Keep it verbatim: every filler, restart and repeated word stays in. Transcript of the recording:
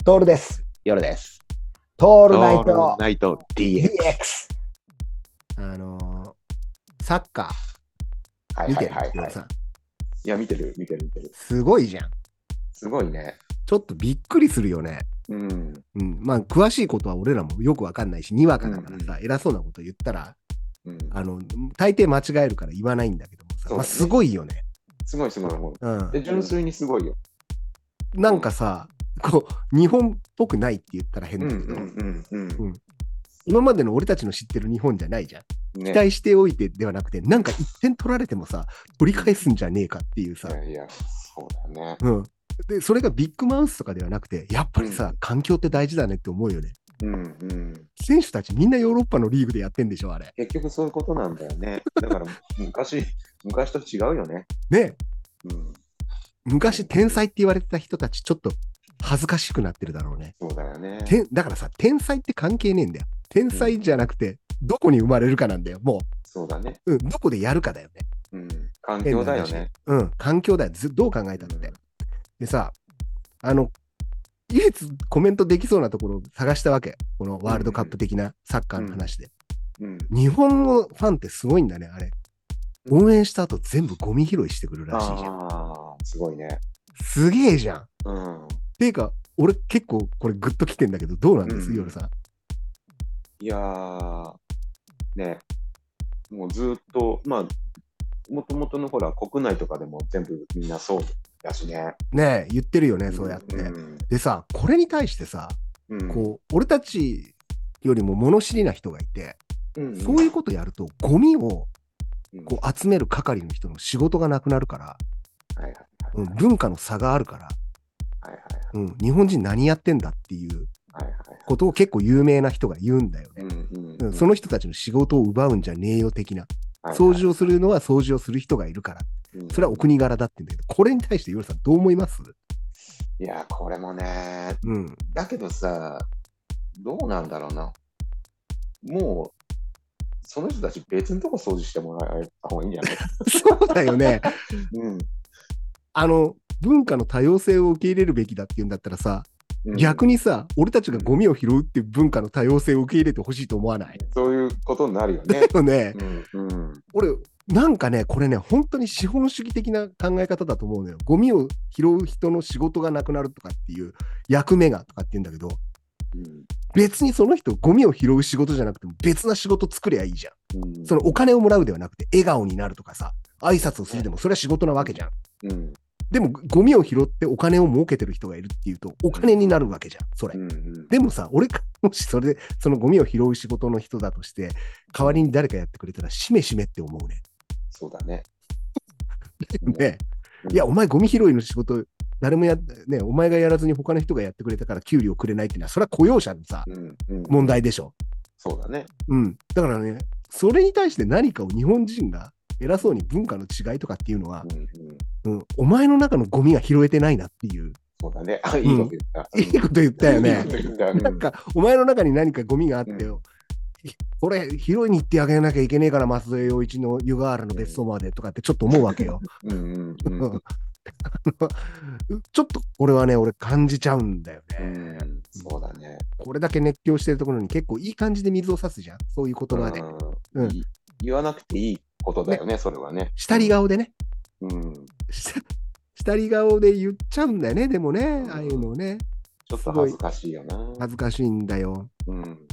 トールです。 夜です。 トールナイオールトナイト ディーエックス。 ディーエックス。あのー、サッカーはい見てるはいはいはい。 よさん。 いや、見てる、見てる、見てる。 すごいじゃん。 すごいね。 ちょっとびっくりするよね。 うん。 うん。まあ、詳しいことは俺らもよくわかんないし、にわかうんうだからさ、 ん。 偉そうなこと言ったら、 うん。 あの、大抵間違えるから言わないんだけどもさ、まあ、すそうだね。 ごいよね。 すごいすごい。もううん。 で、純粋にすごいよ。 なんかさ、こう、日本っぽくないって言ったら変うんうだけど、 んうんうん。 うん。今までの俺たちの知ってる日本じゃないじゃん。期ね。 待しておいてではなくて、なんかいってん取られてもさ、取り返すんじゃねえかっていうさ、 いやいや、そうだね。 うん。で、それがビッグマウスとかではなくて、やっぱりさ、 うん環境って大事だねって思うよね。 うんうん。 選手たちみんなヨーロッパのリーグでやってんでしょ、あれ。 結局そういうことなんだよね。だから昔、昔と違うよね。 ね、 うん。 昔本当に。 天才って言われてた人たち、ちょっと恥ずかしくなってるだろうね。 そうだよね。 てだからさ、天才って関係ねえんだよ。天うん。 才じゃなくて、どこに生まれるかなんだよ。もそうだね。 う、うん、どこでやるかだよね。 うん。環変な話。 境だよね。 うん、環境だよ。ずどう考えうん。 たって。でさ、あの、唯一コメントできそうなところを探したわけ。このワールドカップうん的なサッカーうん。 の話で。 うん。 日本のファンってすごいんだね、あれ。応援した後全部ゴミ拾いしてくるらしいじゃん。 ああ、すごいね。 すげえじゃん。っうん。 ていうか、俺結構これグッときてんだけど、どうなんうです夜ん。 さん。 いやー、ね、もうずっと、まあ、もともとのほら、国内とかでも全部みんなそうだしね。 ねえ、言ってるよね、 うん、 そうやって。 うん、 でさ、これに対してさ、 うん、 こう、俺たちよりも物知りな人がいて、 うん、 そういうことやると、ゴミをうん、 こう集める係の人の仕事がなくなるから、 はいはいうん、文化の差があるから、 はいはいうん、日本人何やってんだっていうはいはいことを結構有名な人が言うんだよね。 うん、うん、 うん、 うん、 その人たちの仕事を奪うんじゃねえよ的な。 はいはい、 掃除をするのは掃除をする人がいるから。 うん、 それはお国柄だって言うんだけど、これに対してヨルさんどう思います？ いや、これもね、 うん。 だけどさ、どうなんだろうな。もう、その人たち別のとこ掃除してもらえた方がいいんじゃない？ そうだよね。 うん、 あの、文化の多様性を受け入れるべきだっていうんだったらさ、 うん、 逆にさ、俺たちうん。 がゴミを拾うっていう文化の多様性を受け入れてほしいと思わない？ そういうことになるよだね。 よね。 うん、うん、 俺、なんかね、これね、本当に資本主義的な考え方だと思うのよ。ゴミを拾う人の仕事がなくなるとかっていう、役目がとかって言うんだけど、 うん、 別にその人、ゴミを拾う仕事じゃなくても別な仕事作りゃいいじゃん。 うん、 そのお金をもらうではなくて、笑顔になるとかさ、挨拶をするね。 でも、それは仕事なわけじゃん。 うん、 でも、ゴミを拾ってお金を儲けてる人がいるっていうと、おうん、 金になるわけじゃん、それ。 うん、うん。 でもさ、俺がもしそれで、そのゴミを拾う仕事の人だとして、代わりうん、 に誰かやってくれたら、しめしめって思うね。 そうだね。もね。 う、ういや、 ん、 お前ゴミ拾いの仕事、誰もや、ね、お前がやらずに他の人がやってくれたから給料くれないっていうのは、それは雇用者のさ、 うん、うん、うん。 問題でしょ。 そうだね。 うん。だからね、それに対して何かを日本人が偉そうに文化の違いとかっていうのは、 うん、うん。 うん、お前の中のゴミが拾えてないなっていう、 そうだね。あ、いいことうん、 言った。 いいこと言ったようん。いいこね。 と言った。うなんん、 か、お前の中に何かゴミがあっうん、 てよ、これ拾いに行ってあげなきゃいけねえから、松江陽一の湯河原のうん、 別荘までとかってちょっと思うわけよ。 うん、うん、 ちょっとこれはね、俺感じちゃうんだようね。 ん、そうだね。 これだけ熱狂してるところに結構いい感じで水を差すじゃん。そういうう言葉で。 ん、 うん。 い言わなくていいことだね。 よね、それはね。う下りん、 顔でね。 うん、 下り顔で言っちゃうんだよね。でもね、ああいううん。 のね。 ちょっとすごい恥ずかしいよな。 恥ずかしいんだよ。 うん。